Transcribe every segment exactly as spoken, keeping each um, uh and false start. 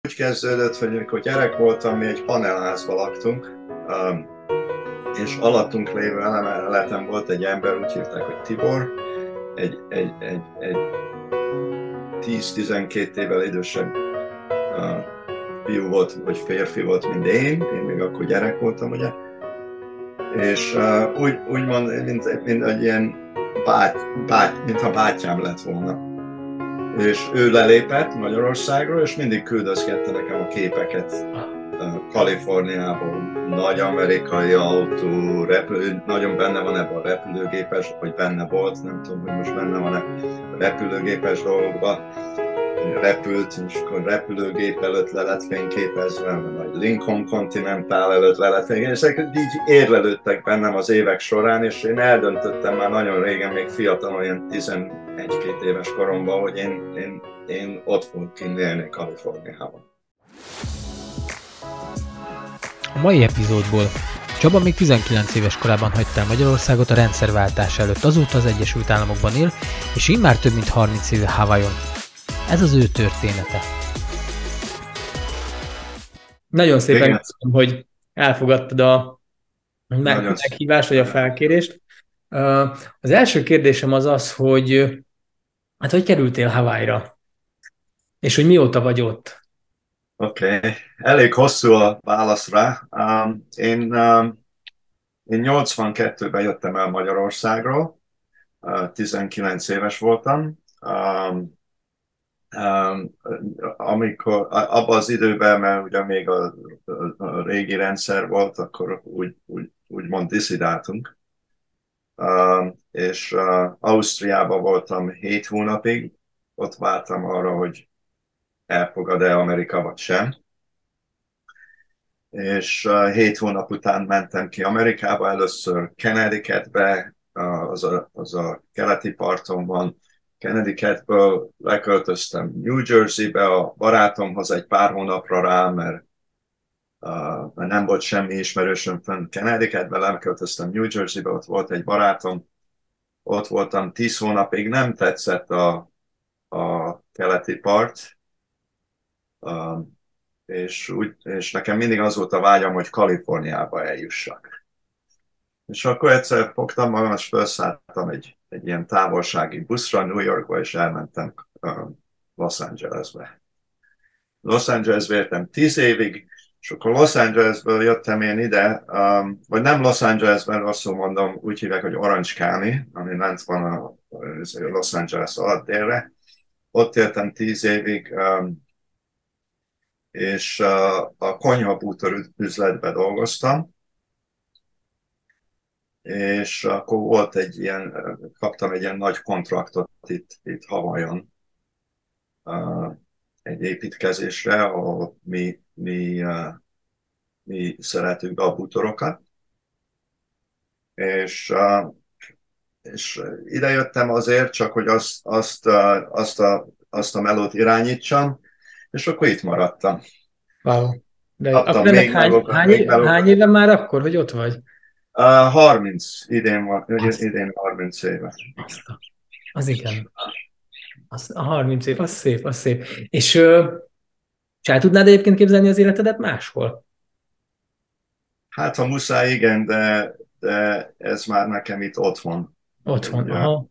úgy kezdődött, hogy amikor gyerek voltam, mi egy panelházban laktunk, és alattunk lévő emeleten volt egy ember, úgy hívták, hogy Tibor, egy, egy, egy, egy tíz-tizenkét évvel idősebb uh, fiú volt, vagy férfi volt, mint én, én még akkor gyerek voltam, ugye, és uh, úgy, úgymond, mint, mint egy ilyen bát, bát, mintha bátyám lett volna. És ő lelépett Magyarországról, és mindig küldözgette nekem a képeket Kaliforniából. Nagy amerikai autó, repülő, nagyon benne van ebben a repülőgépes, vagy benne volt, nem tudom, hogy most benne van-e repülőgépes dolgokban. Repült, és akkor repülőgép előtt le lett fényképezve, vagy Lincoln Continental előtt le lett fényképezve. Ezek így érlelődtek bennem az évek során, és én eldöntöttem már nagyon régen, még fiatal, olyan tizenegy-két éves koromban, hogy én, én, én ott fogok kint élni Kaliforniában. A mai epizódból Csaba még tizenkilenc éves korában hagyta el Magyarországot a rendszerváltás előtt, azóta az Egyesült Államokban él, és immár több mint harminc éve Hawaiion. Ez az ő története. Nagyon szépen Igen. köszönöm, hogy elfogadtad a meg- meghívást, vagy a felkérést. Az első kérdésem az az, hogy hát hogy kerültél Hawaii-ra? És hogy mióta vagy ott? Oké, okay. Elég hosszú a válasz rá. Um, én, um, én nyolcvankettőben jöttem el Magyarországról, uh, tizenkilenc éves voltam. Um, um, amikor, abban az időben, mert ugye még a, a, a régi rendszer volt, akkor úgy, úgy, úgymond diszidáltunk. Um, és uh, Ausztriában voltam hét hónapig, ott vártam arra, hogy elfogad-e Amerika vagy sem. És uh, hét hónap után mentem ki Amerikába, először Connecticutbe, uh, az, a, az a keleti parton van. Connecticutből leköltöztem New Jerseybe a barátomhoz egy pár hónapra rá, mert, uh, mert nem volt semmi ismerősöm fönn Connecticutbe, leköltöztem New Jerseybe, ott volt egy barátom, ott voltam tíz hónapig, nem tetszett a, a keleti part, uh, És, úgy, és nekem mindig az volt a vágyam, hogy Kaliforniába eljussak. És akkor egyszer fogtam magam, és felszálltam egy, egy ilyen távolsági buszra New Yorkba, és elmentem uh, Los Angelesbe. Los Angelesbe értem tíz évig, és akkor Los Angelesből jöttem én ide, um, vagy nem Los Angelesben, rosszul mondom, úgy hívják, hogy Orange County, ami lent van a, a Los Angeles alatt délre. Ott éltem tíz évig, um, és uh, a konyhabútor üzletben dolgoztam, és akkor volt egy ilyen, kaptam egy ilyen nagy kontraktot itt, itt Hawaiion, uh, egy építkezésre, ahol mi, mi, uh, mi szeretünk a bútorokat, és, uh, és ide jöttem azért, csak hogy azt, azt, uh, azt, a, azt a melót irányítsam, és akkor itt maradtam. Wow. De Kaptam akkor ennek még hány, melókat, hány, még melókat. hány éve már akkor, hogy ott vagy? Uh, harminc, idén van, Azt. idén harminc éve. Azt a, az igen. Az, a harminc év, az szép, az szép. És ö, el tudnád egyébként képzelni az életedet máshol? Hát, ha muszáj, igen, de, de ez már nekem itt otthon. Otthon, Ugye, aha.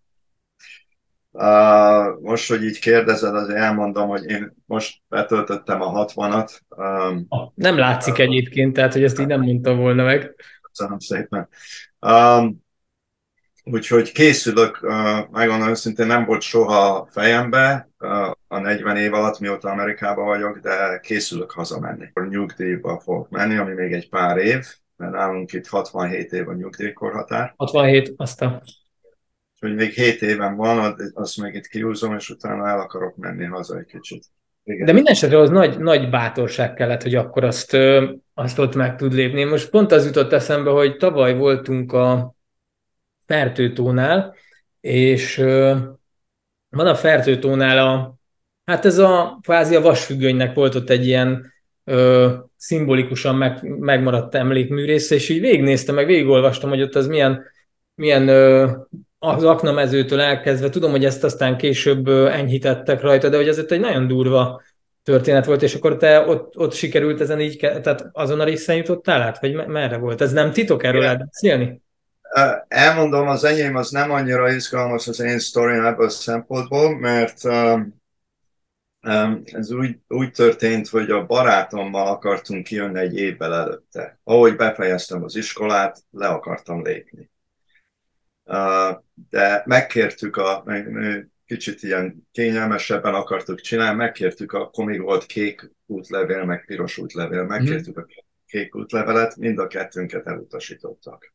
uh, most, hogy így kérdezed, azért elmondom, hogy én most betöltöttem a hatvanat. Um, Ah, nem látszik egyébként, tehát hogy ezt így nem mondta volna meg. Köszönöm szépen. Um, úgyhogy készülök, uh, megmondom őszintén, nem volt soha a fejembe uh, a negyven év alatt, mióta Amerikában vagyok, de készülök hazamenni. Nyugdíjba fogok menni, ami még egy pár év, mert nálunk itt hatvanhét év a nyugdíjkorhatár. hatvanhét, azt a... Úgyhogy még hét éven van, azt még itt kiúzom, és utána el akarok menni haza egy kicsit. Igen. De minden esetre az nagy, nagy bátorság kellett, hogy akkor azt, ö, azt ott meg tud lépni. Most pont az jutott eszembe, hogy tavaly voltunk a Fertőtónál, és ö, van a Fertőtónál a, hát ez a kvázi a vasfüggönynek volt ott egy ilyen ö, szimbolikusan meg, megmaradt emlékmű része, és így végignéztem, meg végigolvastam, hogy ott az milyen, milyen ö, az aknamezőtől elkezdve, tudom, hogy ezt aztán később ö, enyhítettek rajta, de hogy ez egy nagyon durva történet volt, és akkor te ott, ott sikerült ezen így, tehát azon a részen jutottál át? Vagy merre volt? Ez nem titok, erről lehet beszélni? Elmondom, az enyém az nem annyira izgalmas az én sztorim ebből a szempontból, mert um, um, ez úgy, úgy történt, hogy a barátommal akartunk kijönni egy évvel előtte. Ahogy befejeztem az iskolát, le akartam lépni. Uh, de megkértük, a, kicsit ilyen kényelmesebben akartuk csinálni, megkértük, akkor még volt kék útlevél, meg piros útlevél, megkértük a kék útlevelet, mind a kettőnket elutasítottak.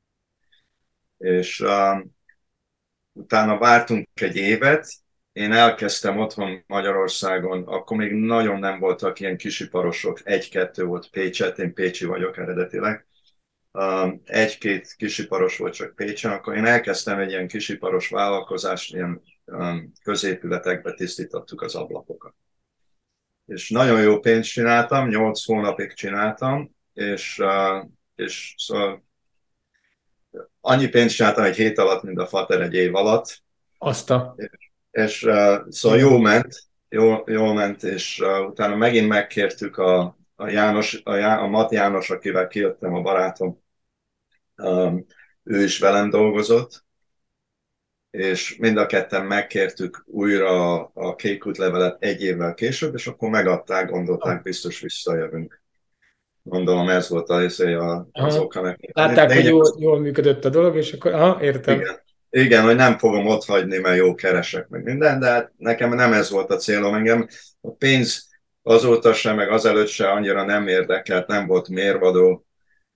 És um, utána vártunk egy évet, én elkezdtem otthon Magyarországon, akkor még nagyon nem voltak ilyen kisiparosok, egy-kettő volt Pécset, én pécsi vagyok eredetileg, um, egy-két kisiparos volt csak Pécsen, akkor én elkezdtem egy ilyen kisiparos vállalkozást, ilyen um, középületekbe tisztítottuk az ablakokat. És nagyon jó pénzt csináltam, nyolc hónapig csináltam, és, uh, és szóval annyi pénzt csináltam egy hét alatt, mint a fater egy év alatt. Azt a... És, és uh, szóval jó ment, jó, jól ment, és uh, utána megint megkértük a, a János, a, Já, a Mat János, akivel kijöttem, a barátom, um, ő is velem dolgozott, és mind a ketten megkértük újra a kék útlevelet egy évvel később, és akkor megadták, gondolták, biztos visszajövünk. Gondolom ez volt az, az oka neki. Látták, hogy jól, jól működött a dolog, és akkor aha, értem. Igen. Igen, hogy nem fogom ott hagyni, mert jó keresek meg minden, de hát nekem nem ez volt a célom. Engem a pénz azóta sem, meg azelőtt se annyira nem érdekelt, nem volt mérvadó.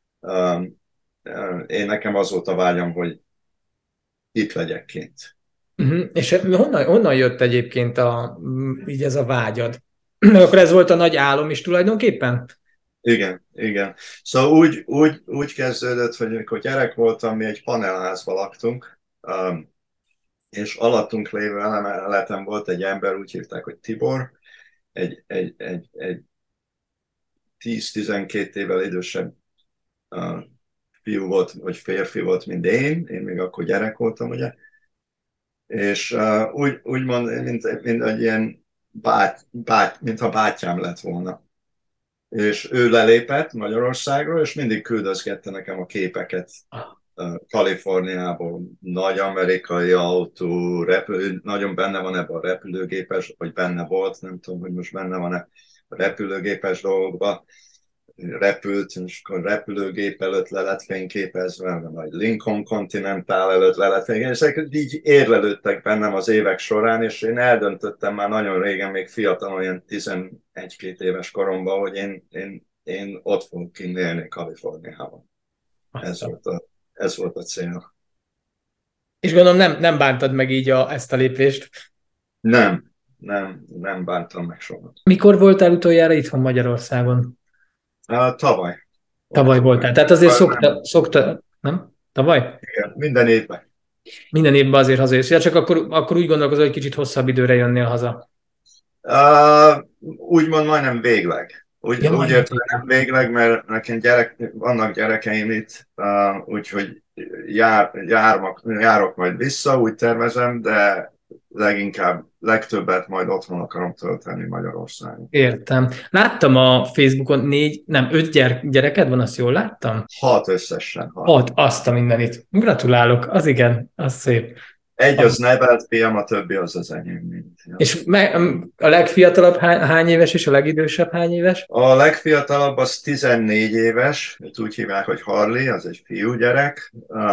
Én nekem az volt a vágyam, hogy itt legyek kint. Uh-huh. És honnan, honnan jött egyébként a, így ez a vágyad? Akkor ez volt a nagy álom is tulajdonképpen? Igen, igen. Szóval úgy, úgy, úgy kezdődött, hogy amikor gyerek voltam, mi egy panelházba laktunk, um, és alattunk lévő emeleten volt egy ember, úgy hívták, hogy Tibor, egy, egy, egy, egy tíz-tizenkét évvel idősebb uh, fiú volt, vagy férfi volt, mint én, én még akkor gyerek voltam, ugye, és uh, úgy, úgy mond, mint, mint egy ilyen bát, bát, mintha bátyám lett volna. És ő lelépett Magyarországról, és mindig küldözgette nekem a képeket Kaliforniából. Nagy amerikai autó, repülő, nagyon benne van ebben a repülőgépes, vagy benne volt, nem tudom, hogy most benne van-e a repülőgépes dolgokban. Repült, és akkor repülőgép előtt le lett fényképezve, vagy Lincoln Continental előtt le lett fényképezve. Ezek így érlelődtek bennem az évek során, és én eldöntöttem már nagyon régen, még fiatal, olyan tizenegy-két éves koromban, hogy én, én, én ott fogok kint élni Kaliforniában. Ez volt a, ez volt a cél. És gondolom nem, nem bántad meg így a, ezt a lépést? Nem, nem, nem bántam meg soha. Mikor voltál utoljára itthon Magyarországon? Uh, tavaly. Tavaly voltál. Tehát azért szokta, szokta, nem? Tavaly? Igen, minden évben. Minden évben azért hazajössz. Ja, csak akkor, akkor úgy gondolkozol, hogy kicsit hosszabb időre jönnél haza. Uh, úgymond majdnem végleg. Úgy, Ja, úgy értem, nem végleg, mert nekem gyerek, vannak gyerekeim itt, uh, úgyhogy jár, járok, járok majd vissza, úgy tervezem, de leginkább, legtöbbet majd otthon akarom tölteni Magyarországon. Értem. Láttam a Facebookon négy, nem, öt gyere, gyereked van, azt jól láttam? Hat összesen. Hat. Hat, azt a mindenit. Gratulálok, az igen, az szép. Egy az nevelt fiam, a többi az az enyém. Ja. És a legfiatalabb hány éves, és a legidősebb hány éves? A legfiatalabb az tizennégy éves, úgy hívják, hogy Harley, az egy fiúgyerek.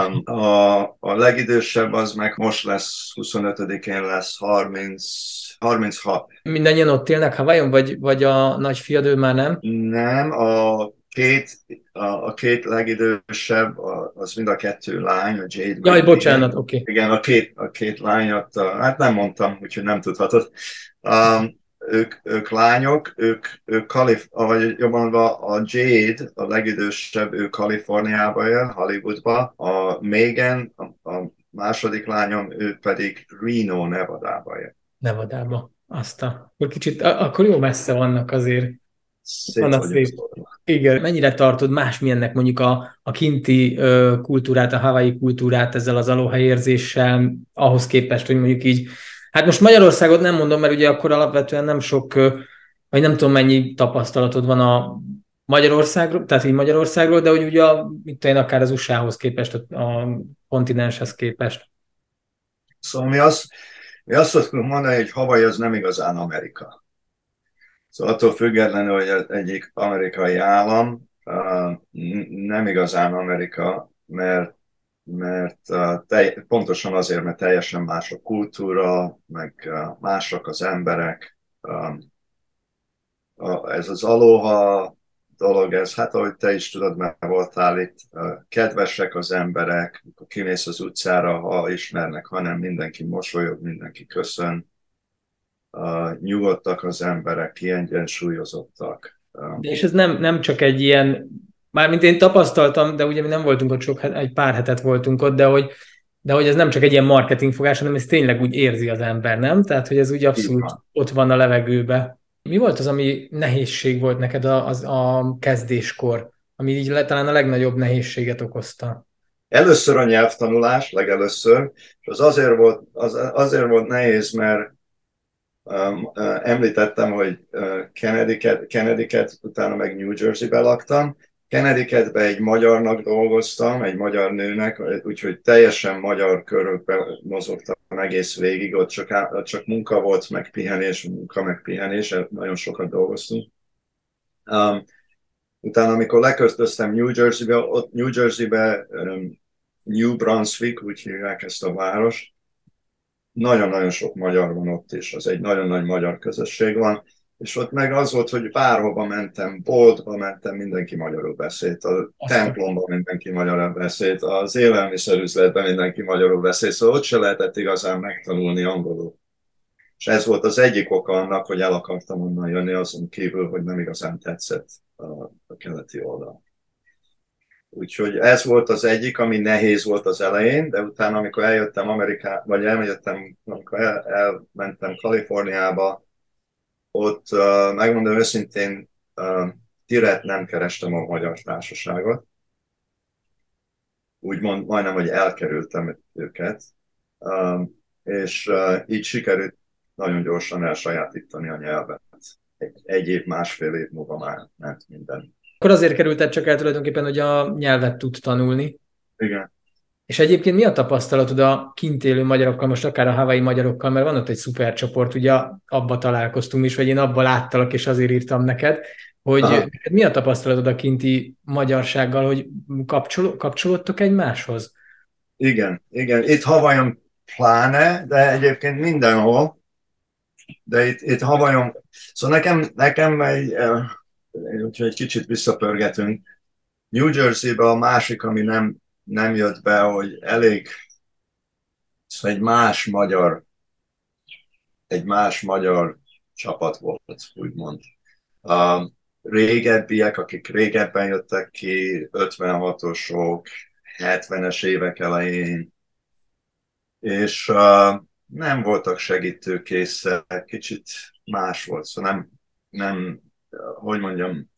A, a legidősebb az meg most lesz, huszonötödikén lesz harminc, harminchat. Mindannyian ott élnek Hawaiion, vagy, vagy a nagyfiad, ő már nem? Nem, a két, a, a két legidősebb, az mind a kettő lány, a Jade. Jaj, bocsánat, oké. Okay. Igen, a két, a két lányat, hát nem mondtam, úgyhogy nem tudhatod. Um, ők, ők lányok, ők, ők Kalif- vagy jobban mondva a Jade, a legidősebb, ő Kaliforniába él, Hollywoodba. A Megan, a, a második lányom, ő pedig Reno, Nevadába él. Nevadába, azt a... Kicsit, akkor jó messze vannak azért. Szép szép. Igen. Mennyire tartod másmilyennek mondjuk a, a kinti ö, kultúrát, a hawaii kultúrát ezzel az aloha érzéssel, ahhoz képest, hogy mondjuk így, hát most Magyarországot nem mondom, mert ugye akkor alapvetően nem sok, ö, vagy nem tudom, mennyi tapasztalatod van a Magyarországról, tehát így Magyarországról, de hogy ugye a, itt én akár az u es á-hoz képest, a, a kontinenshez képest. Szóval mi azt, mi azt szoktunk mondani, hogy Hawaii az nem igazán Amerika. Szóval attól függetlenül, hogy az egyik amerikai állam, nem igazán Amerika, mert, mert te, pontosan azért, mert teljesen más a kultúra, meg mások az emberek. Ez az aloha dolog, ez, hát ahogy te is tudod, mert voltál itt, kedvesek az emberek, amikor kimész az utcára, ha ismernek, hanem mindenki mosolyog, mindenki köszön. Uh, nyugodtak az emberek, kiegyensúlyozottak. Uh, De és ez nem, nem csak egy ilyen, mármint én tapasztaltam, de ugye mi nem voltunk ott sok, egy pár hetet voltunk ott, de hogy, de hogy ez nem csak egy ilyen marketingfogás, hanem ez tényleg úgy érzi az ember, nem? Tehát, hogy ez úgy abszolút van. ott van a levegőbe. Mi volt az, ami nehézség volt neked a, az, a kezdéskor, ami így talán a legnagyobb nehézséget okozta? Először a nyelvtanulás, legelőször, és az azért volt, az, azért volt nehéz, mert um, uh, említettem, hogy uh, Connecticut, Connecticut, utána meg New Jersey-ben laktam. Connecticutben egy magyarnak dolgoztam, egy magyar nőnek, úgyhogy teljesen magyar körökben mozogtam egész végig, ott csak, csak munka volt, meg pihenés, munka, meg pihenés, nagyon sokat dolgoztunk. Um, Utána, amikor leköltöztem New Jersey-be, ott New Jersey-be um, New Brunswick, úgy hívják ezt a város, nagyon-nagyon sok magyar van ott is, az egy nagyon nagy magyar közösség van, és ott meg az volt, hogy bárhova mentem, boltba mentem, mindenki magyarul beszélt, a templomban mindenki magyarul beszélt, az élelmiszerüzletben mindenki magyarul beszélt, szóval ott se lehetett igazán megtanulni angolul. És ez volt az egyik oka annak, hogy el akartam onnan jönni, azon kívül, hogy nem igazán tetszett a, a keleti oldal. Úgyhogy ez volt az egyik, ami nehéz volt az elején, de utána, amikor eljöttem Amerikába, vagy elmentem, amikor el, elmentem Kaliforniába, ott uh, megmondom őszintén, uh, direkt nem kerestem a magyar társaságot. Úgymond majdnem, hogy elkerültem őket, uh, és uh, így sikerült nagyon gyorsan elsajátítani a nyelvet. Egy, egy év, másfél év múlva már ment minden. Akkor azért kerülted csak el tulajdonképpen, hogy a nyelvet tud tanulni. Igen. És egyébként mi a tapasztalatod a kint élő magyarokkal, most akár a hawaii magyarokkal, mert van ott egy szuper csoport, ugye abba találkoztunk is, vagy én abba láttalak, és azért írtam neked, hogy Aha. mi a tapasztalatod a kinti magyarsággal, hogy kapcsol, kapcsolódtok egymáshoz? Igen, igen. Itt Hawaiion pláne, de egyébként mindenhol. De itt, itt Hawaiion, szóval nekem, nekem egy, úgyhogy egy kicsit visszapörgetünk. New Jersey-ben a másik, ami nem, nem jött be, hogy elég, szóval egy más magyar, egy más magyar csapat volt, úgymond. A régebbiek, akik régebben jöttek ki, ötvenhatosok, hetvenes évek elején, és uh, nem voltak segítőkészek, kicsit más volt, szóval nem, nem hogy mondjam,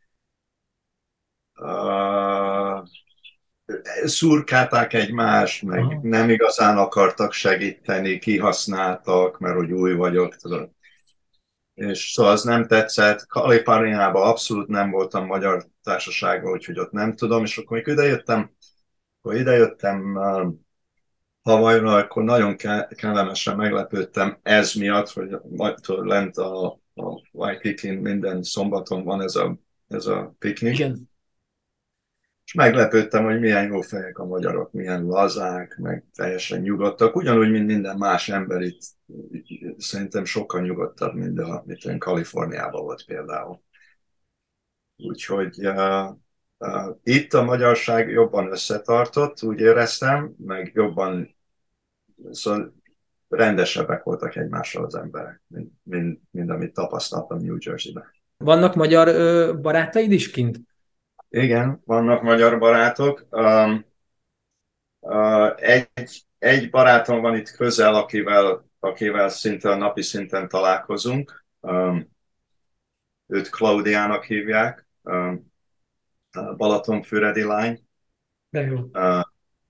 uh, szurkálták egymást, meg Aha. nem igazán akartak segíteni, kihasználtak, mert hogy új vagyok, tudod. És szóval az nem tetszett. Kaliforniában abszolút nem voltam magyar társaságban, úgyhogy ott nem tudom, és akkor amikor idejöttem, akkor idejöttem uh, Hawaiiról, akkor nagyon kellemesen meglepődtem ez miatt, hogy majd lent a, a Waikiki minden szombaton van ez a, ez a piknik. Igen. És meglepődtem, hogy milyen jó fejek a magyarok, milyen lazák, meg teljesen nyugodtak. Ugyanúgy, mint minden más ember itt, szerintem sokkal nyugodtabb, mint a, mint olyan Kaliforniában volt például. Úgyhogy uh, uh, itt a magyarság jobban összetartott, úgy éreztem, meg jobban, szóval rendesebbek voltak egymással az emberek, mint, mint, mint amit tapasztaltam New Jersey-ben. Vannak magyar ö, barátaid is kint? Igen, vannak magyar barátok. Um, uh, egy, egy barátom van itt közel, akivel, akivel szinte a napi szinten találkozunk. Um, őt Klaudiának hívják, um, Balatonfüredi lány. De jó. Uh,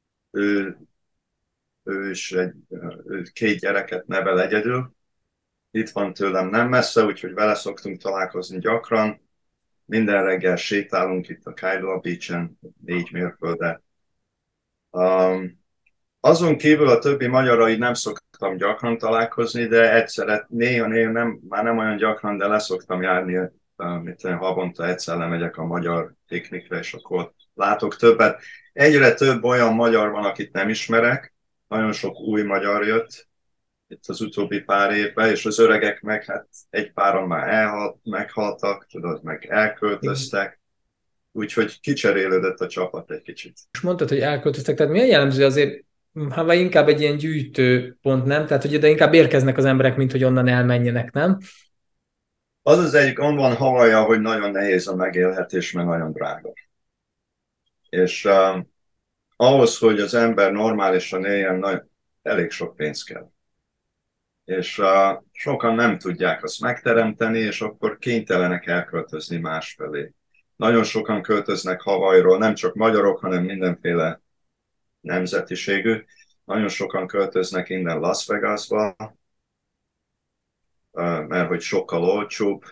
ő, ő is egy, ő két gyereket nevel egyedül, itt van tőlem nem messze, úgyhogy vele szoktunk találkozni gyakran. Minden reggel sétálunk itt a Kailua Beach-en, négy mérföldet. Um, azon kívül a többi magyarral így nem szoktam gyakran találkozni, de egyszer, néha-néha nem, már nem olyan gyakran, de leszoktam járni, uh, mint én havonta egyszer lemegyek a magyar piknikre, és akkor látok többet. Egyre több olyan magyar van, akit nem ismerek, nagyon sok új magyar jött itt az utóbbi pár évben, és az öregek meg hát egy páran már elhalt, meghaltak, tudod, meg elköltöztek, úgyhogy kicserélődött a csapat egy kicsit. És mondtad, hogy elköltöztek, tehát milyen jellemző azért, ha inkább egy ilyen gyűjtőpont, nem? Tehát, hogy ide inkább érkeznek az emberek, mint hogy onnan elmenjenek, nem? Az az egyik gond van Havaja, hogy nagyon nehéz a megélhetés, mert nagyon drága. És uh, ahhoz, hogy az ember normálisan éljen, nagyon, elég sok pénz kell. És uh, sokan nem tudják azt megteremteni, és akkor kénytelenek elköltözni másfelé. Nagyon sokan költöznek Havajról, nem csak magyarok, hanem mindenféle nemzetiségű. Nagyon sokan költöznek innen Las Vegasba, uh, mert hogy sokkal olcsóbb,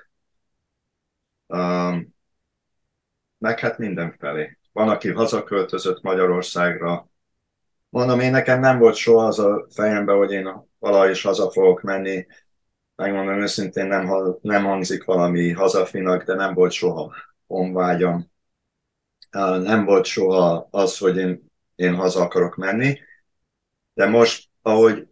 um, meg hát mindenfelé. Van, aki hazaköltözött Magyarországra. Mondom, én nekem nem volt soha az a fejemben, hogy én valahogy is haza fogok menni. Megmondom őszintén, nem, nem hangzik valami hazafinak, de nem volt soha honvágyam. Nem volt soha az, hogy én, én haza akarok menni. De most, ahogy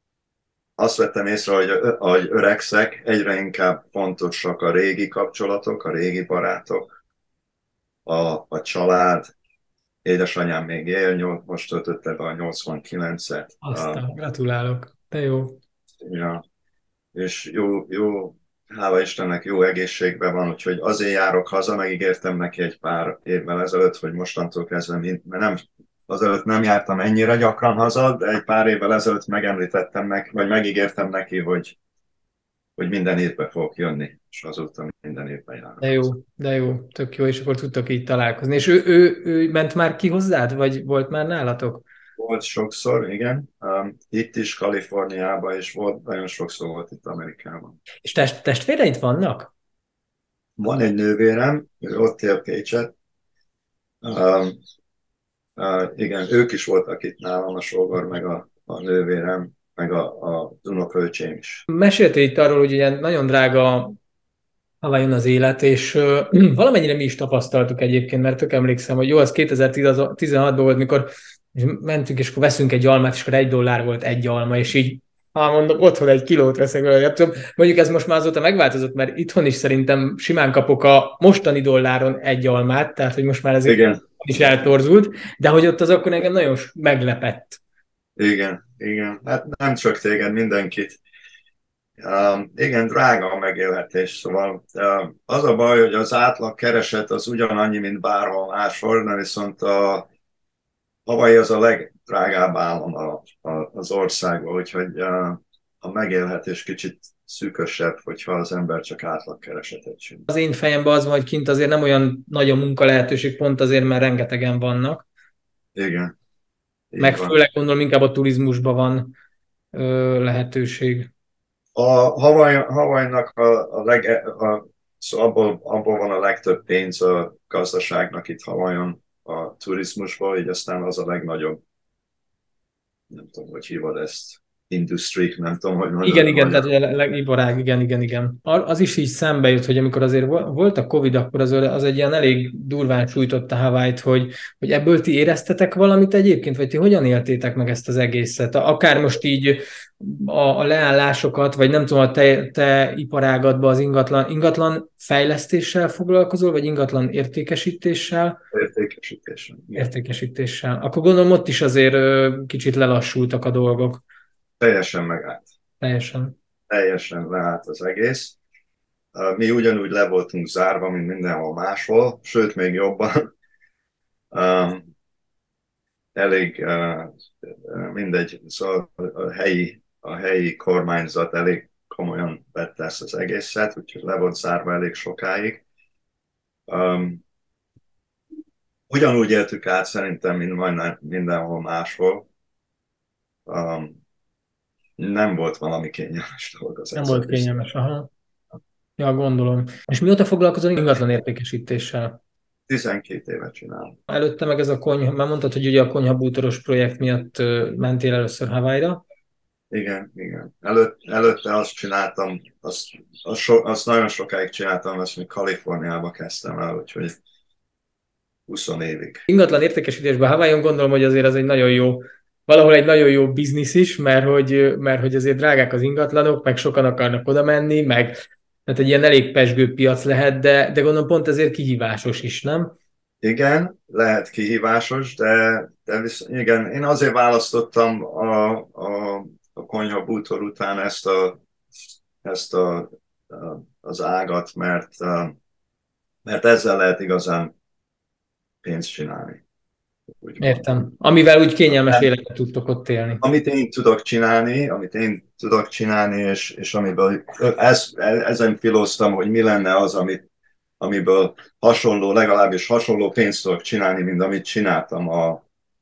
azt vettem észre, hogy, ahogy öregszek, egyre inkább fontosak a régi kapcsolatok, a régi barátok, a, a család. Édesanyám még él, most töltötte be a nyolcvankilencet. Aztán gratulálok, de jó. Ja, és jó, jó, hála Istennek jó egészségben van, úgyhogy azért járok haza, megígértem neki egy pár évvel ezelőtt, hogy mostantól kezdve, mint, mert nem, azelőtt nem jártam ennyire gyakran haza, de egy pár évvel ezelőtt megemlítettem neki, vagy megígértem neki, hogy, hogy minden évben fogok jönni, és azóta minden évben járok. De jó, de jó, tök jó, és akkor tudtok így találkozni. És ő, ő, ő ment már ki hozzád, vagy volt már nálatok? Volt sokszor, igen. Um, itt is, Kaliforniában, és volt, nagyon sokszor volt itt Amerikában. És test, testvéreid vannak? Van egy nővérem, ő ott él Pécset. Um, uh, igen, ők is voltak itt nálam, a sógor, meg a, a nővérem, meg a, a unokaöcsém is. Meséltél itt arról, hogy ugye nagyon drága havá jön az élet, és uh, valamennyire mi is tapasztaltuk egyébként, mert tök emlékszem, hogy jó, az kétezer-tizenhatban volt, mikor mentünk, és akkor veszünk egy almát, és akkor egy dollár volt egy alma, és így, ha mondom, otthon egy kilót veszek vele, tudom, mondjuk ez most már azóta megváltozott, mert itthon is szerintem simán kapok a mostani dolláron egy almát, tehát hogy most már ez Igen. is eltorzult, de hogy ott az akkor engem nagyon meglepett. Igen, igen. Hát nem csak téged, mindenkit. Um, igen, drága a megélhetés, szóval uh, az a baj, hogy az átlag kereset az ugyanannyi, mint bárhol máshol, de viszont a Hawaii az a legdrágább állam a, a, az országban, úgyhogy uh, a megélhetés kicsit szűkösebb, hogyha az ember csak átlagkeresetet csinál. Az én fejemben az van, hogy kint azért nem olyan nagy a munka lehetőség, pont azért, mert rengetegen vannak. Igen. Meg van. Főleg gondolom inkább a turizmusban van ö, lehetőség. A Hawaii-nak a, a leg, a, szóval abból, abból van a legtöbb pénz a gazdaságnak itt Hawaiion, a turizmusból, így aztán az a legnagyobb, nem tudom, hogy hívod ezt, industry, nem tudom, hogy mondod. Igen, igen, tehát a legiparág, igen, igen, igen. Az is így szembe jött, hogy amikor azért volt a Covid, akkor az, az egy ilyen elég durván sújtotta Hawaii-t, hogy, hogy ebből ti éreztetek valamit egyébként, vagy ti hogyan éltétek meg ezt az egészet? Akár most így a, a leállásokat, vagy nem tudom, a te, te iparágadban az ingatlan, ingatlan fejlesztéssel foglalkozol, vagy ingatlan értékesítéssel? Értékesítéssel. Értékesítéssel. Akkor gondolom ott is azért kicsit lelassultak a dolgok. Teljesen megállt. Teljesen. Teljesen leállt az egész. Mi ugyanúgy le voltunk zárva, mint mindenhol máshol, sőt, még jobban. Um, elég uh, mindegy, szóval a helyi, a helyi kormányzat elég komolyan vette ezt az egészet, úgyhogy le volt zárva elég sokáig. Um, ugyanúgy éltük át szerintem, mint majdnem mindenhol máshol. Um, nem volt valami kényelmes dolog az Nem egyszer volt biztos. kényelmes, aha. Ja, gondolom. És mióta foglalkozol ingatlan értékesítéssel? tizenkét éve csinálom. Előtte meg ez a konyha, már mondtad, hogy ugye a konyhabútoros projekt miatt ö, mentél először Hawaii-ra. Igen, igen. Előtt, előtte azt csináltam, azt, azt, so, azt nagyon sokáig csináltam, azt még Kaliforniába kezdtem el, úgyhogy húsz évig. Ingatlan értékesítésben Hawaiion gondolom, hogy azért az egy nagyon jó, valahol egy nagyon jó biznisz is, mert hogy, mert hogy azért drágák az ingatlanok, meg sokan akarnak oda menni, meg tehát egy ilyen elég pezsgő piac lehet, de, de gondolom pont ezért kihívásos is, nem? Igen, lehet kihívásos, de, de visz, igen, én azért választottam a, a, a konyha bútor után ezt, a, ezt a, a, az ágat, mert, mert ezzel lehet igazán pénzt csinálni, úgymond. Értem. Amivel úgy kényelmes életet tudtok ott élni. Amit én tudok csinálni, amit én tudok csinálni, és, és amiből ez, ezen filóztam, hogy mi lenne az, amit, amiből hasonló, legalábbis hasonló pénzt tudok csinálni, mint amit csináltam a,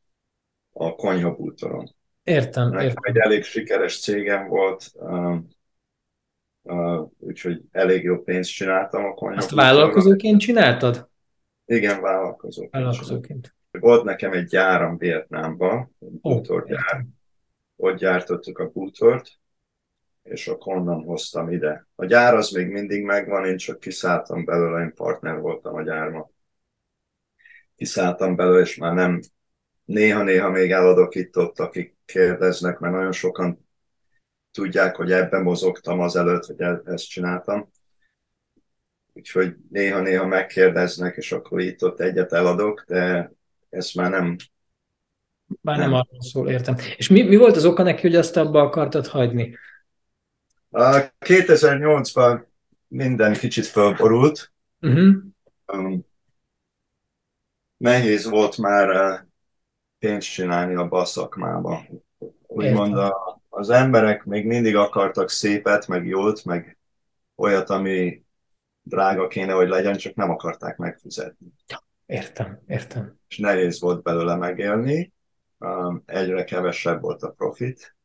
a konyhabútoron. Értem, Nekem egy értem. elég sikeres cégem volt, uh, uh, úgyhogy elég jó pénzt csináltam a Azt konyhabútorral. vállalkozóként csináltad? Igen, vállalkozóként csináltam. Vállalkozóként. Volt nekem egy gyáram Vietnámban, egy Ó, bútorgyár, értem. ott gyártottuk a bútort, és akkor onnan hoztam ide. A gyár az még mindig megvan, én csak kiszálltam belőle, én partner voltam a gyárban. Kiszálltam belőle, és már nem, néha-néha még eladok itt-ott, akik kérdeznek, mert nagyon sokan tudják, hogy ebben mozogtam azelőtt, hogy e- ezt csináltam. Úgyhogy néha-néha megkérdeznek, és akkor itt-ott egyet eladok, de ezt már nem, Bár nem nem. arról szól, értem. És mi, mi volt az oka neki, hogy azt abba akartad hagyni? A kétezer-nyolcban minden kicsit fölborult. Uh-huh. Um, nehéz volt már uh, pénzt csinálni abba a szakmába. Úgymond Értem. a, az emberek még mindig akartak szépet, meg jót, meg olyat, ami drága kéne, hogy legyen, csak nem akarták megfizetni. Értem, értem. És nehéz volt belőle megélni, um, egyre kevesebb volt a profit,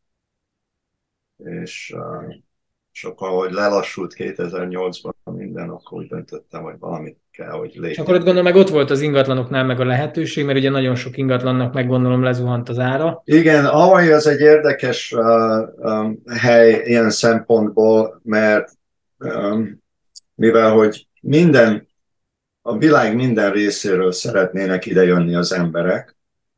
és, uh, és akkor, ahogy lelassult kétezer-nyolcban minden, akkor úgy döntöttem, hogy valamit kell, hogy És akkor ott lépjek. gondolom meg ott volt az ingatlanoknál meg a lehetőség, mert ugye nagyon sok ingatlannak meg gondolom lezuhant az ára. Igen, Hawaii az egy érdekes uh, um, hely ilyen szempontból, mert um, mivel hogy minden, a világ minden részéről szeretnének idejönni az emberek,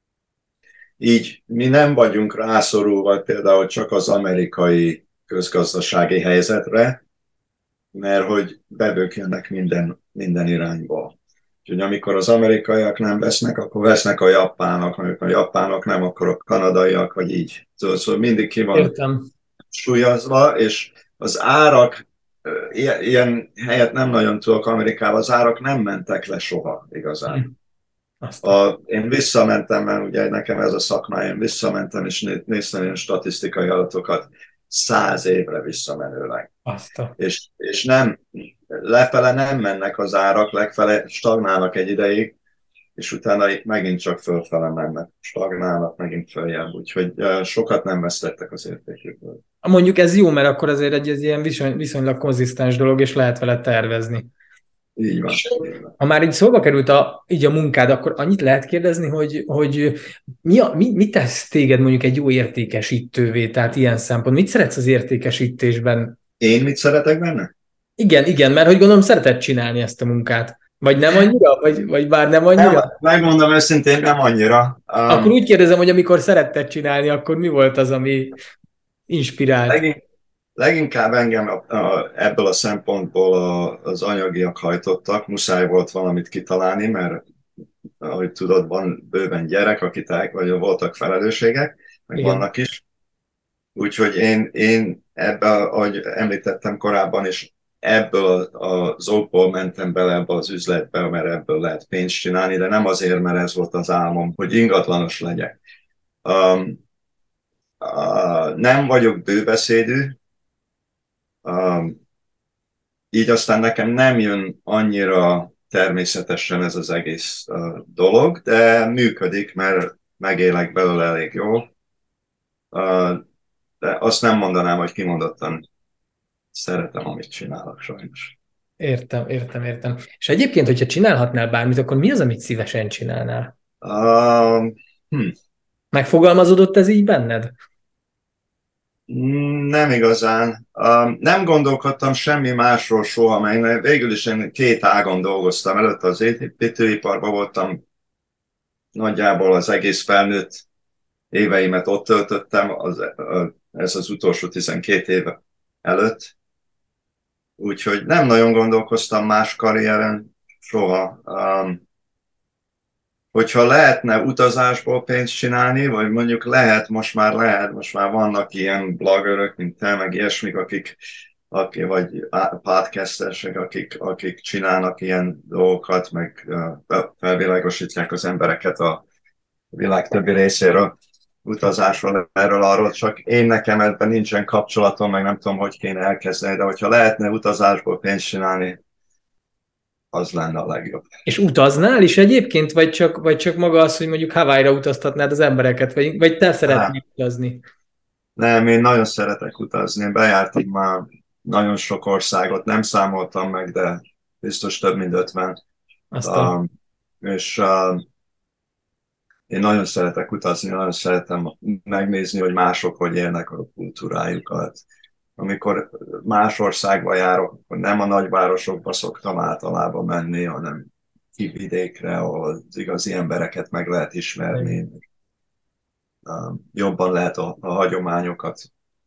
így mi nem vagyunk rászorulva például csak az amerikai közgazdasági helyzetre, mert hogy bevők jönnek minden, minden irányba. Úgyhogy amikor az amerikaiak nem vesznek, akkor vesznek a japánok, amikor a japánok nem, akkor a kanadaiak, vagy így. Szóval, szóval mindig ki van Értem. súlyozva, és az árak, ilyen, ilyen helyet nem nagyon tudok Amerikában, az árak nem mentek le soha Hm. igazán. Aztán. A, én visszamentem, mert ugye nekem ez a szakmáim, visszamentem és néztem ilyen statisztikai adatokat száz évre visszamenőleg. Aztán. És, és nem, lefele nem mennek az árak, legfele stagnálnak egy ideig, és utána megint csak fölfele mennek, stagnálnak, megint följebb, úgyhogy uh, sokat nem vesztettek az értékükből. Mondjuk ez jó, mert akkor azért egy, egy ilyen viszony, viszonylag konzisztens dolog, és lehet vele tervezni. Így van. És Így van. ha már így szóba került a, így a munkád, akkor annyit lehet kérdezni, hogy, hogy mi, a, mi, mi tesz téged mondjuk egy jó értékesítővé, tehát ilyen szempont. Mit szeretsz az értékesítésben? Én mit szeretek benne? Igen, igen, mert hogy gondolom szereted csinálni ezt a munkát. Vagy nem annyira? Vagy, vagy bár nem Nem, annyira? megmondom őszintén, nem annyira. Akkor Um, úgy kérdezem, hogy amikor szeretted csinálni, akkor mi volt az, ami inspirált? legin, leginkább engem a, a, ebből a szempontból a, az anyagiak hajtottak. Muszáj volt valamit kitalálni, mert ahogy tudod, van bőven gyerek, akik vagy voltak felelősségek, meg Igen. vannak is. Úgyhogy én, én ebben, ahogy említettem korábban is, ebből az okból mentem bele ebbe az üzletbe, mert ebből lehet pénzt csinálni, de nem azért, mert ez volt az álmom, hogy ingatlanos legyek. Um, uh, nem vagyok bőbeszédű, um, így aztán nekem nem jön annyira természetesen ez az egész uh, dolog, de működik, mert megélek belőle elég jól. Uh, de azt nem mondanám, hogy kimondottan szeretem, amit csinálok sajnos. Értem, értem, értem. És egyébként, hogyha csinálhatnál bármit, akkor mi az, amit szívesen csinálnál? Um, hm. Megfogalmazódott ez így benned? Nem igazán. Um, nem gondolkodtam semmi másról soha, mert végül is én két ágon dolgoztam. Előtte az építőiparban voltam, nagyjából az egész felnőtt éveimet ott töltöttem, az, ez az utolsó tizenkét éve előtt. Úgyhogy nem nagyon gondolkoztam más karrieren soha. Um, hogyha lehetne utazásból pénzt csinálni, vagy mondjuk lehet, most már lehet, most már vannak ilyen bloggerök, mint te, meg ilyesmik, akik, akik vagy podcastesek, akik, akik csinálnak ilyen dolgokat, meg uh, felvilágosítják az embereket a világ többi részéről, utazásról, erről, arról, csak én nekem ebben nincsen kapcsolatom, meg nem tudom, hogy kéne elkezdeni, de hogyha lehetne utazásból pénzt csinálni, az lenne a legjobb. És utaznál is egyébként, vagy csak, vagy csak maga az, hogy mondjuk Hawaii-ra utaztatnád az embereket, vagy, vagy te szeretnél utazni? Nem, én nagyon szeretek utazni, bejártam már nagyon sok országot, nem számoltam meg, de biztos több mint ötven. Aztán. Um, és uh, én nagyon szeretek utazni, nagyon szeretem megnézni, hogy mások hogy élnek a kultúrájukat. Amikor más országba járok, akkor nem a nagyvárosokba szoktam általában menni, hanem kividékre, ahol az igazi embereket meg lehet ismerni. Jobban lehet a, a hagyományokat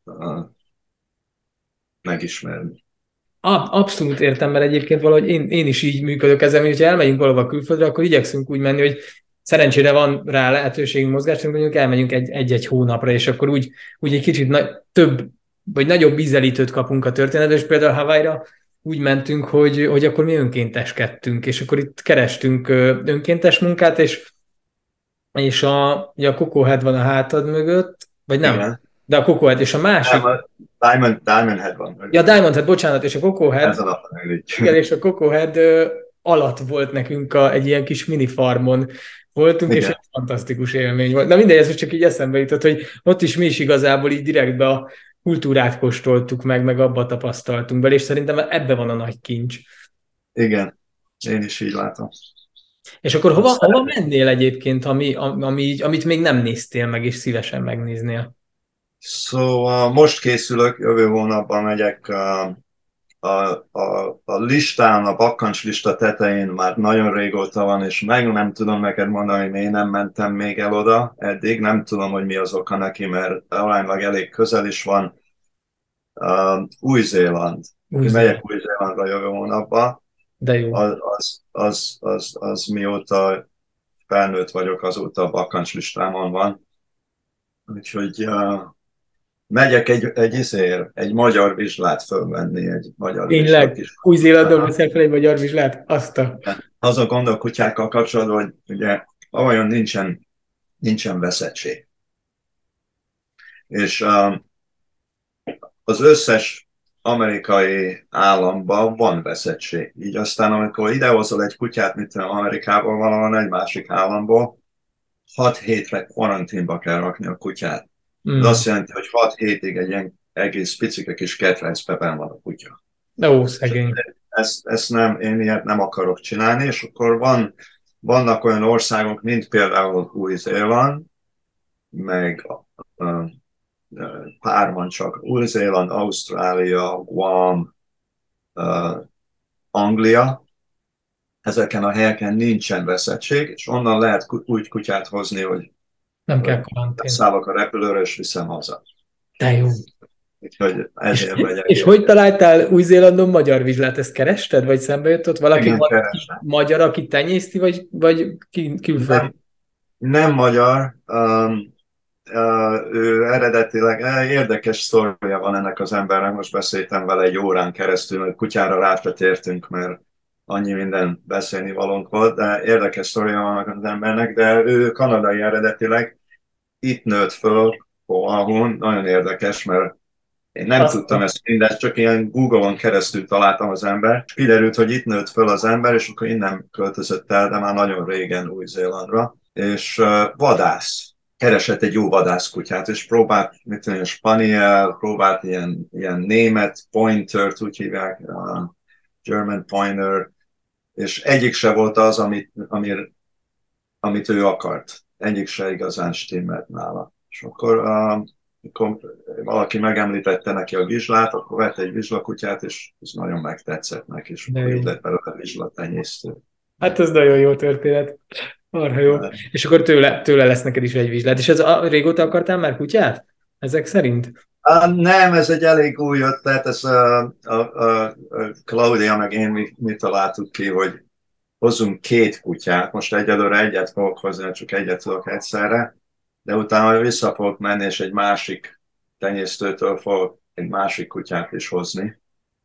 megismerni. Abszolút értem, mert egyébként valahogy én, én is így működök ezzel, hogy ha elmegyünk valahova külföldre, akkor igyekszünk úgy menni, hogy szerencsére van rá lehetőségünk, mozgásunk, mondjuk elmegyünk egy, egy-egy hónapra, és akkor úgy, úgy egy kicsit na- több, vagy nagyobb ízelítőt kapunk a történetből, és például Hawaii-ra úgy mentünk, hogy, hogy akkor mi önkénteskedtünk, és akkor itt kerestünk önkéntes munkát, és, és a, ugye a Coco Head van a hátad mögött, vagy nem, Igen. de a Coco Head, és a másik... Nem, a Diamond, Diamond Head van. Ja, Diamond Head, bocsánat, és a Coco Head... Ez a nap igen, és a Coco Head ö, alatt volt nekünk a, egy ilyen kis mini farmon voltunk, igen. És egy fantasztikus élmény volt. Na mindegy, ez csak így eszembe jutott, hogy ott is mi is igazából így direktbe a kultúrát kóstoltuk meg, meg abba tapasztaltunk bele, és szerintem ebbe van a nagy kincs. Igen, én is így látom. És akkor hova, hova mennél egyébként, ami, ami, amit még nem néztél meg, és szívesen megnéznél? Szóval most készülök, jövő hónapban megyek a, a, a, a listán, a bakkancs lista tetején már nagyon régóta van, és meg nem tudom neked mondani, hogy miért nem mentem még el oda eddig, nem tudom, hogy mi az oka neki, mert aránylag elég közel is van. Uh, Új-Zéland. Új megyek Új-Zélandra jövő hónapban. De jó. Az, az, az, az, az mióta felnőtt vagyok, azóta a bakkancs listámon van. Úgyhogy uh, megyek egy, egy, izér, egy magyar vizslát fölvenni, egy magyar Tényleg? Új-Zélandon veszel fel egy magyar vizslát? Azt a... Azok gondol kutyákkal kapcsolatban, hogy ugye olyan nincsen, nincsen veszettség. És uh, az összes amerikai államban van veszettség. Így aztán, amikor idehozol egy kutyát, mint Amerikában valahol egy másik államból, hat hétre karanténba kell rakni a kutyát. Mm. Ez azt jelenti, hogy hat hétig egy ilyen egész picike kis ketrecbe benn van a kutya. Ó, szegény. Ezt, ezt nem, én ilyet nem akarok csinálni, és akkor van, vannak olyan országok, mint például Új-Zéland, meg uh, párban csak Új-Zéland, Ausztrália, Guam, uh, Anglia. Ezeken a helyeken nincsen veszettség, és onnan lehet úgy kutyát hozni, hogy nem kell karantén. Szállok a repülőre, és viszem haza. De jó. Úgyhogy ezért és, megyek. És hogy találtál Új-Zélandon magyar vizslát? Ezt kerested, vagy szembe jött ott valaki Igen, ma- magyar, aki tenyészti, vagy, vagy külföldi? Nem, nem magyar. Um, uh, ő eredetileg uh, érdekes sztoria van ennek az embernek. Most beszéltem vele egy órán keresztül, hogy kutyára rá se tértünk, mert annyi minden beszélni valónk volt, de érdekes sztoria van az embernek, de ő kanadai eredetileg, itt nőtt föl, ahol nagyon érdekes, mert én nem Azt tudtam ezt mindezt, csak ilyen Google-on keresztül találtam az ember. Kiderült, hogy itt nőtt föl az ember, és akkor innen költözött el, de már nagyon régen Új-Zélandra. És uh, vadász. keresett egy jó vadászkutyát, és próbált, mit tudom, spaniel, próbált ilyen, ilyen német pointert, úgy hívják, uh, German pointer, és egyik se volt az, amit, amit, amit ő akart. Egyik se igazán stimmelt nála. És akkor, uh, akkor valaki megemlítette neki a vizslát, akkor vett egy vizslakutyát, és ez nagyon megtetszett neki, és De akkor jó. így lett belőle vizslatenyésztő. Hát ez nagyon jó történet. Arra jó. És akkor tőle, tőle lesz neked is egy vizsgát. És ez a, régóta akartál már kutyát? Ezek szerint? Uh, nem, ez egy elég új ötlet, ez a, a, a, a Claudia meg én mi, mi találtuk ki, hogy hozzunk két kutyát, most egyelőre egyet fogok hozni, csak egyet tudok egyszerre, de utána vissza fogok menni, és egy másik tenyésztőtől fogok egy másik kutyát is hozni.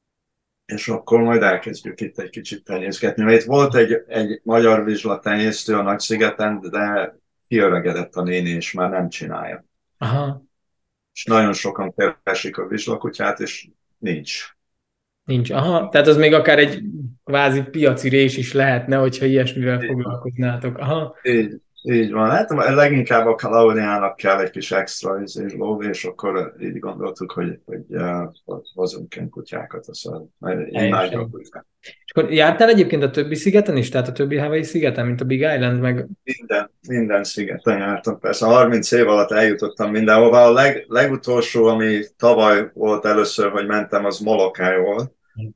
És akkor majd elkezdjük itt egy kicsit tenyészgetni. Mert itt volt egy, egy magyar vizsla tenyésztő a Nagyszigeten, de kiöregedett a néni, és már nem csinálja. Aha, És nagyon sokan keresik a vizslakutyát, és nincs. nincs. Aha, tehát az még akár egy kvázi piaci rés is lehetne, hogyha ilyesmivel Így van. foglalkoznátok. Aha. Így, így van. Hát leginkább a Klaudiának kell egy kis extra és lóvé, és akkor így gondoltuk, hogy, hogy uh, hozunk ilyen kutyákat. Aztán imádjuk a kutyát. És akkor jártál egyébként a többi szigeten is? Tehát a többi Hawaii szigeten, mint a Big Island, meg... Minden, minden szigeten jártam. Persze harminc év alatt eljutottam mindenhova. A leg, legutolsó, ami tavaly volt először, hogy mentem, az Molokai volt.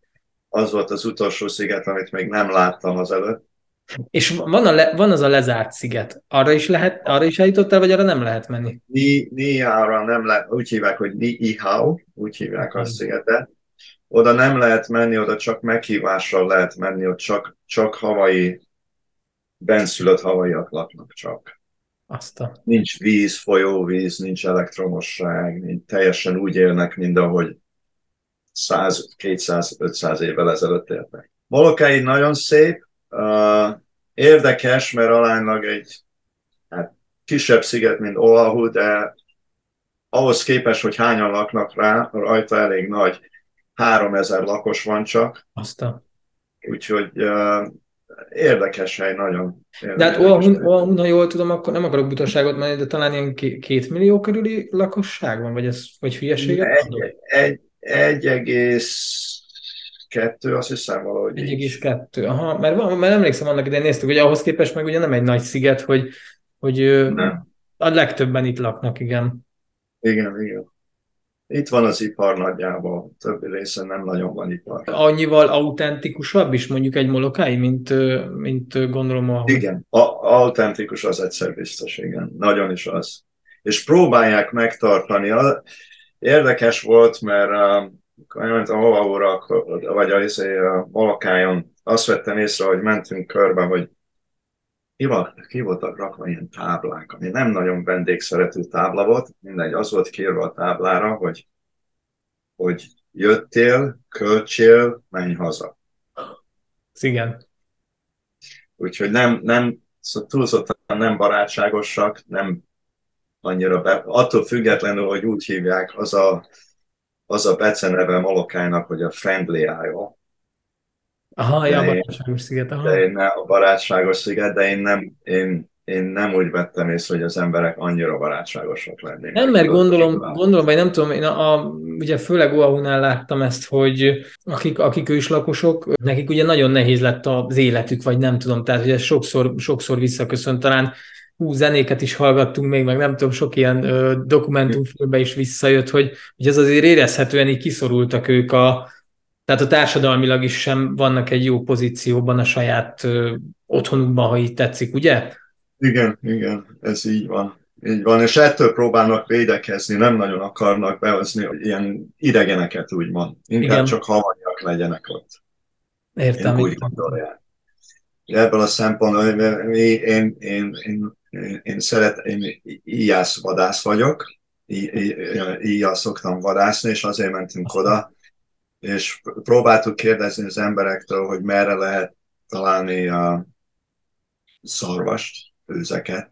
Az volt az utolsó sziget, amit még nem láttam azelőtt. És van, a le, van az a lezárt sziget. Arra is lehet, arra is eljutottál, vagy arra nem lehet menni? Ni, Niára nem lehet, úgy hívják, hogy Niihau, úgy hívják a szigetet. Oda nem lehet menni, oda csak meghívással lehet menni, ott csak, csak havai, benszülött havaiak laknak csak. Azt a... Nincs víz, folyóvíz, nincs elektromosság, nincs, teljesen úgy élnek, mint ahogy száz, kétszáz, ötszáz évvel ezelőtt éltek. Molokai nagyon szép, uh, érdekes, mert aránylag egy hát, kisebb sziget, mint Oahu, de ahhoz képest, hogy hányan laknak rá, rajta elég nagy. háromezer lakos van csak. Azt a... Úgyhogy uh, érdekes hely, nagyon érdekes. De hát Oahu, Oahu, ha jól tudom, akkor nem akarok butaságot menni, de talán ilyen két millió körüli lakosság van, vagy, ez, vagy hülyeséget mondok? Egy, egy, egy egész kettő, azt hiszem valahogy egy egész kettő, aha, mert, van, mert emlékszem annak idején néztük, hogy ahhoz képest meg ugye nem egy nagy sziget, hogy, hogy nem. A legtöbben itt laknak, igen. Igen, igen. Itt van az ipar nagyjából, a többi részen nem nagyon van ipar. Annyival autentikusabb is mondjuk egy Molokai, mint, mint gondolom a... Igen, a- autentikus az egyszer biztos, igen. Nagyon is az. És próbálják megtartani. Érdekes volt, mert amikor mentem a Oahu-ra, vagy a, a Molokájon, azt vettem észre, hogy mentünk körbe, hogy ki, van, ki voltak rakva ilyen táblák, ami nem nagyon vendégszerető tábla volt, mindegy, az volt kírva a táblára, hogy, hogy jöttél, költsél, menj haza. Igen. Úgyhogy nem, nem szóval túlzottan nem barátságosak, nem annyira be, attól függetlenül, hogy úgy hívják, az a, az a beceneve Molokájnak, hogy a Friendly Isle. Aha, ja, a barátságos sziget, aha. De én ne, a barátságos sziget, de én nem, én, én nem úgy vettem észre, hogy az emberek annyira barátságosak lennének. Nem, mert gondolom, gondolom, vagy nem tudom, én a, a, ugye főleg Oahu-nál láttam ezt, hogy akik, akik őslakosok, nekik ugye nagyon nehéz lett az életük, vagy nem tudom, tehát ugye sokszor, sokszor visszaköszönt, talán hú, zenéket is hallgattunk még, meg nem tudom, sok ilyen ö, dokumentumfilmbe is visszajött, hogy, hogy ez azért érezhetően így kiszorultak ők a, tehát a társadalmilag is sem vannak egy jó pozícióban a saját ö, otthonukban, ha így tetszik, ugye? Igen, igen, ez így van. Így van, és ettől próbálnak védekezni, nem nagyon akarnak behozni ilyen idegeneket, úgymond. Inkább igen. Csak havaiak legyenek ott. Értem. Én úgy gondolják. Ebből a szempontból én, én, én, én, én, én szeret, én íjász vadász vagyok, íjjal szoktam vadászni, és azért mentünk oda, és próbáltuk kérdezni az emberektől, hogy merre lehet találni a szarvast, őzeket.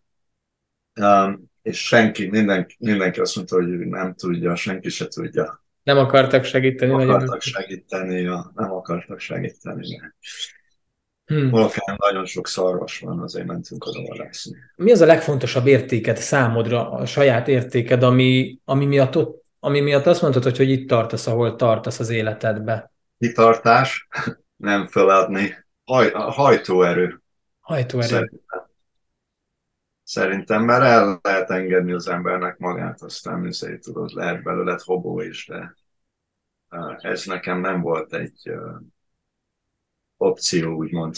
Um, és senki, mindenki, mindenki azt mondta, hogy nem tudja, senki se tudja. Nem akartak segíteni. Nem akartak segíteni, ja, nem akartak segíteni. Hmm. Volkán nagyon sok szarvas van, azért mentünk oda vadászni. Mi az a legfontosabb értéked számodra, a saját értéked, ami, ami miatt ott, ami miatt azt mondtad, hogy, hogy itt tartasz, ahol tartasz az életedbe? Kitartás, nem feladni, Haj, a hajtóerő Hajtóerő. szerintem. Szerintem, mert el lehet engedni az embernek magát, aztán műszei tudod, lehet belőle hobó is, de uh, ez nekem nem volt egy uh, opció, úgymond.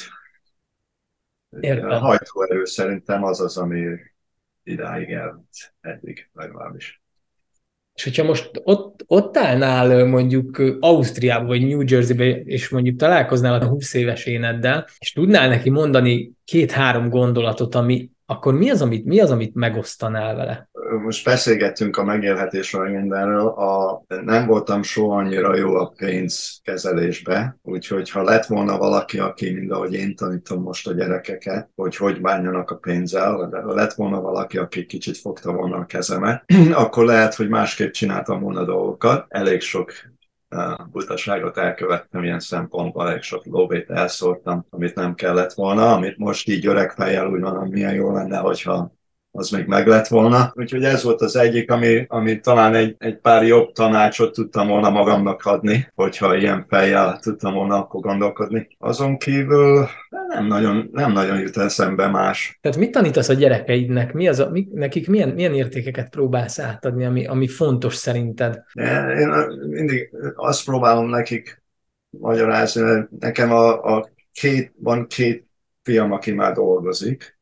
A Értem. hajtóerő szerintem az az, ami idáig elment eddig legalábbis. És hogyha most ott, ott állnál mondjuk Ausztriába vagy New Jerseybe, és mondjuk találkoznál a húsz éves éneddel, és tudnál neki mondani két-három gondolatot, ami, akkor mi az, amit, mi az, amit megosztanál vele? Most beszélgettünk a megélhetésről mindenről, a, nem voltam soha annyira jó a pénzkezelésbe, úgyhogy ha lett volna valaki, aki, mint ahogy én tanítom most a gyerekeket, hogy hogy bánjanak a pénzzel, de ha lett volna valaki, aki kicsit fogta volna a kezemet, akkor lehet, hogy másképp csináltam volna dolgokat. Elég sok uh, butaságot elkövettem ilyen szempontból, elég sok lóvét elszórtam, amit nem kellett volna, amit most így öreg fejjel úgy van, milyen jó lenne, hogyha az még meg lett volna. Úgyhogy ez volt az egyik, ami, ami talán egy, egy pár jobb tanácsot tudtam volna magamnak adni, hogyha ilyen fejjel tudtam volna akkor gondolkodni. Azon kívül nem nagyon, nem nagyon jut eszembe más. Tehát mit tanítasz a gyerekeidnek? Mi az a, mi, nekik milyen, milyen értékeket próbálsz átadni, ami, ami fontos szerinted? De én mindig azt próbálom nekik magyarázni, nekem a, a két, van két fiam, aki már dolgozik,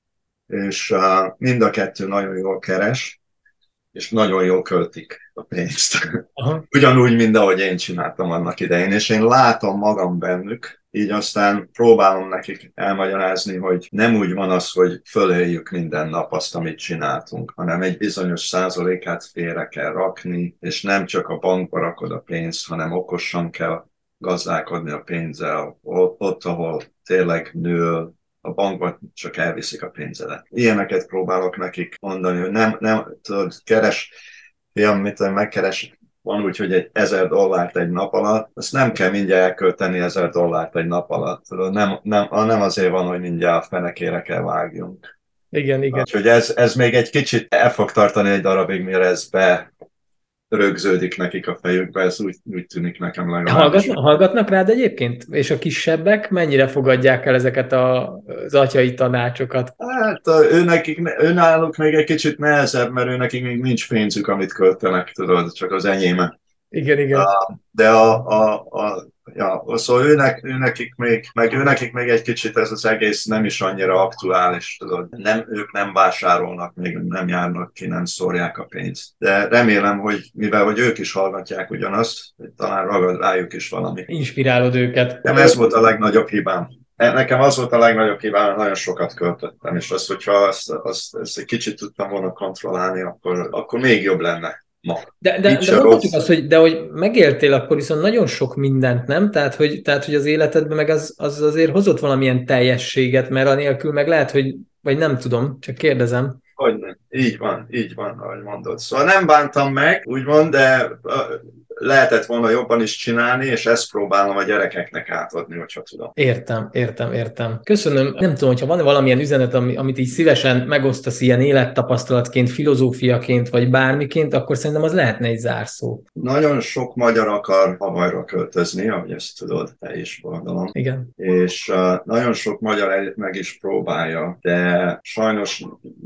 és uh, mind a kettő nagyon jól keres, és nagyon jól költik a pénzt. Aha. Ugyanúgy, mint ahogy én csináltam annak idején, és én látom magam bennük, így aztán próbálom nekik elmagyarázni, hogy nem úgy van az, hogy föléljük minden nap azt, amit csináltunk, hanem egy bizonyos százalékát félre kell rakni, és nem csak a bankba rakod a pénzt, hanem okosan kell gazdálkodni a pénzzel, ott, ahol tényleg nő, a bankban csak elviszik a pénzedet. Ilyeneket próbálok nekik mondani, hogy nem, nem tudod, keres, fiam, mit megkeres, van úgy, hogy egy ezer dollárt egy nap alatt, azt nem kell mindjárt elkölteni ezer dollárt egy nap alatt. Tudod, nem, nem, nem azért van, hogy mindjárt a fenekére kell vágjunk. Igen, igen. Úgyhogy ez, ez még egy kicsit el fog tartani egy darabig, mire ez be rögződik nekik a fejükbe, ez úgy, úgy tűnik nekem legalábbis. Hallgatnak, hallgatnak rád egyébként? És a kisebbek mennyire fogadják el ezeket a, az atyai tanácsokat? Hát ő nekik, ő náluk még egy kicsit nehezebb, mert ő nekik még nincs pénzük, amit költenek, tudod, csak az enyémet. Igen, igen. De a, a, a ja, szóval őnek, őnekik még, meg őnekik még egy kicsit ez az egész nem is annyira aktuális, tudod. Nem, ők nem vásárolnak, még nem járnak ki, nem szórják a pénzt. De remélem, hogy mivel hogy ők is hallgatják ugyanazt, hogy talán ragad rájuk is valami. Inspirálod őket. Nem, ez volt a legnagyobb hibám. Nekem az volt a legnagyobb hibám, hogy nagyon sokat költöttem, és azt, hogyha azt, azt, azt egy kicsit tudtam volna kontrollálni, akkor, akkor még jobb lenne. Ma. De, de, de mondhatjuk azt, hogy, de hogy megéltél akkor viszont nagyon sok mindent, nem? Tehát, hogy, tehát, hogy az életedben meg az, az azért hozott valamilyen teljességet, mert anélkül meg lehet, hogy, vagy nem tudom, csak kérdezem. Hogy nem. Így van, így van, ahogy mondod. Szóval nem bántam meg, úgymond, de lehetett volna jobban is csinálni, és ezt próbálom a gyerekeknek átadni, hogyha tudom. Értem, értem, értem. Köszönöm. Nem tudom, hogyha van valamilyen üzenet, amit így szívesen megosztasz ilyen élettapasztalatként, filozófiaként, vagy bármiként, akkor szerintem az lehetne egy zárszó. Nagyon sok magyar akar Havajra költözni, ahogy ezt tudod, te is gondolom. Igen. És uh, nagyon sok magyar meg is próbálja, de sajnos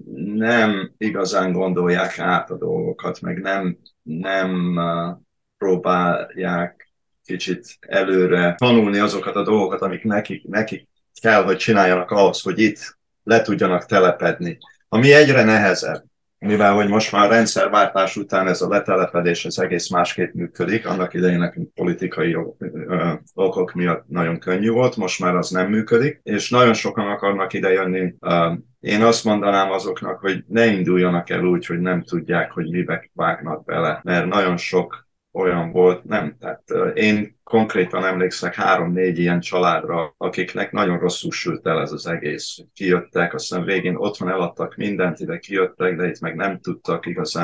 nem igazán gondolják át a dolgokat, meg nem, nem uh, próbálják kicsit előre tanulni azokat a dolgokat, amik nekik, nekik kell, hogy csináljanak ahhoz, hogy itt le tudjanak telepedni. Ami egyre nehezebb, mivel hogy most már a rendszerváltás után ez a letelepedés az egész másképp működik, annak idején nekünk politikai okok miatt nagyon könnyű volt, most már az nem működik, és nagyon sokan akarnak idejönni. Én azt mondanám azoknak, hogy ne induljanak el úgy, hogy nem tudják, hogy mibe vágnak bele, mert nagyon sok olyan volt, nem, tehát én konkrétan emlékszek három-négy ilyen családra, akiknek nagyon rosszul sült el ez az egész. Kijöttek, aztán végén otthon eladtak mindent, ide kijöttek, de itt meg nem tudtak igazán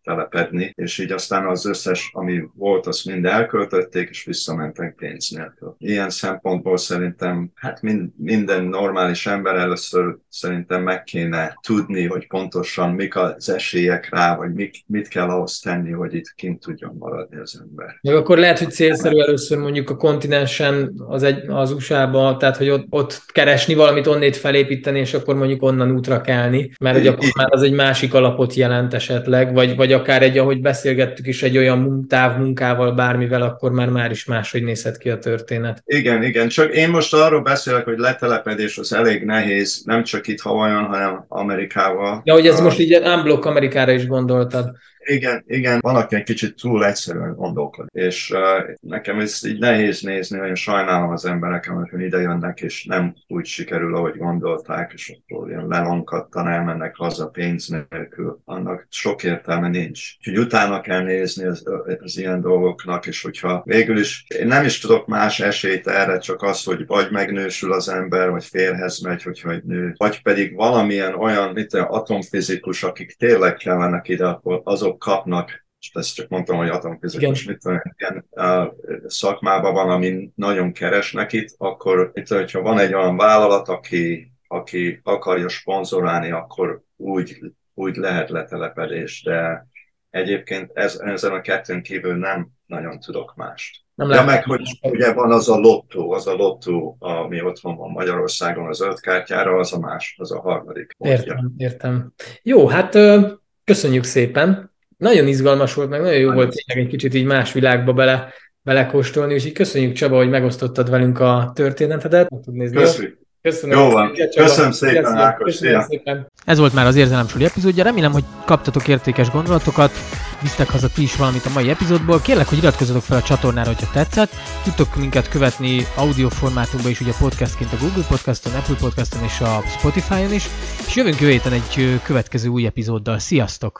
telepedni, és így aztán az összes, ami volt, azt mind elköltötték, és visszamentek pénz nélkül. Ilyen szempontból szerintem, hát mind, minden normális ember először szerintem meg kéne tudni, hogy pontosan mik az esélyek rá, vagy mik, mit kell ahhoz tenni, hogy itt kint tudjon maradni az ember. Meg akkor lehet, hogy célszerű először mondjuk a kontinensen, az, egy, az u es á-ba, tehát hogy ott, ott keresni valamit, onnét felépíteni, és akkor mondjuk onnan útra kelni, mert hogy akkor már az egy másik alapot jelent esetleg, vagy, vagy akár egy, ahogy beszélgettük is, egy olyan távmunkával, bármivel, akkor már már is máshogy nézhet ki a történet. Igen, igen, csak én most arról beszélek, hogy letelepedés az elég nehéz, nem csak itt Hawaiion, hanem Amerikával. Ja, hogy ez uh, most így unblock Amerikára is gondoltad. Igen, igen, van, aki egy kicsit túl egyszerűen gondolkodik, és uh, nekem ez így nehéz nézni, nagyon sajnálom az emberek, amikor ide jönnek, és nem úgy sikerül, ahogy gondolták, és akkor ilyen lelonkattan elmennek haza pénz nélkül, annak sok értelme nincs. Úgyhogy utána kell nézni az, az ilyen dolgoknak, és hogyha végül is, én nem is tudok más esélyt erre, csak az, hogy vagy megnősül az ember, vagy férhez megy, hogyha egy nő, vagy pedig valamilyen olyan, mint atomfizikus, akik tényleg kellenek ide, akkor azok kapnak, és ezt csak mondtam, hogy atomfizikus, mit tudom, ilyen uh, szakmában van, ami nagyon keresnek itt, akkor itt, hogyha van egy olyan vállalat, aki, aki akarja szponzorálni, akkor úgy, úgy lehet letelepedés, de egyébként ez, ezen a kettőn kívül nem nagyon tudok mást. Nem ja, meg, hogy ugye van az a lottó, az a lottó, ami otthon van Magyarországon az öt kártyára, az a más, az a harmadik. Értem, mondja. értem. Jó, hát köszönjük szépen. Nagyon izgalmas volt, meg nagyon jó nagyon volt tényleg egy kicsit így más világba bele, belekóstolni, és így köszönjük, Csaba, hogy megosztottad velünk a történetet. Köszönjük. Köszönöm. Jó van. Köszönöm szépen, Ákos. Szépen. Ez volt már az Érzelemsúly epizódja. Remélem, hogy kaptatok értékes gondolatokat, visztek haza ti is valamit a mai epizódból. Kérlek, hogy iratkozzatok fel a csatornára, hogyha tetszett. Tudtok minket követni audio formátumban is, ugye podcastként a Google Podcaston, Apple Podcaston és a Spotify-on is. És jövünk jövő héten egy következő új epizóddal. Sziasztok!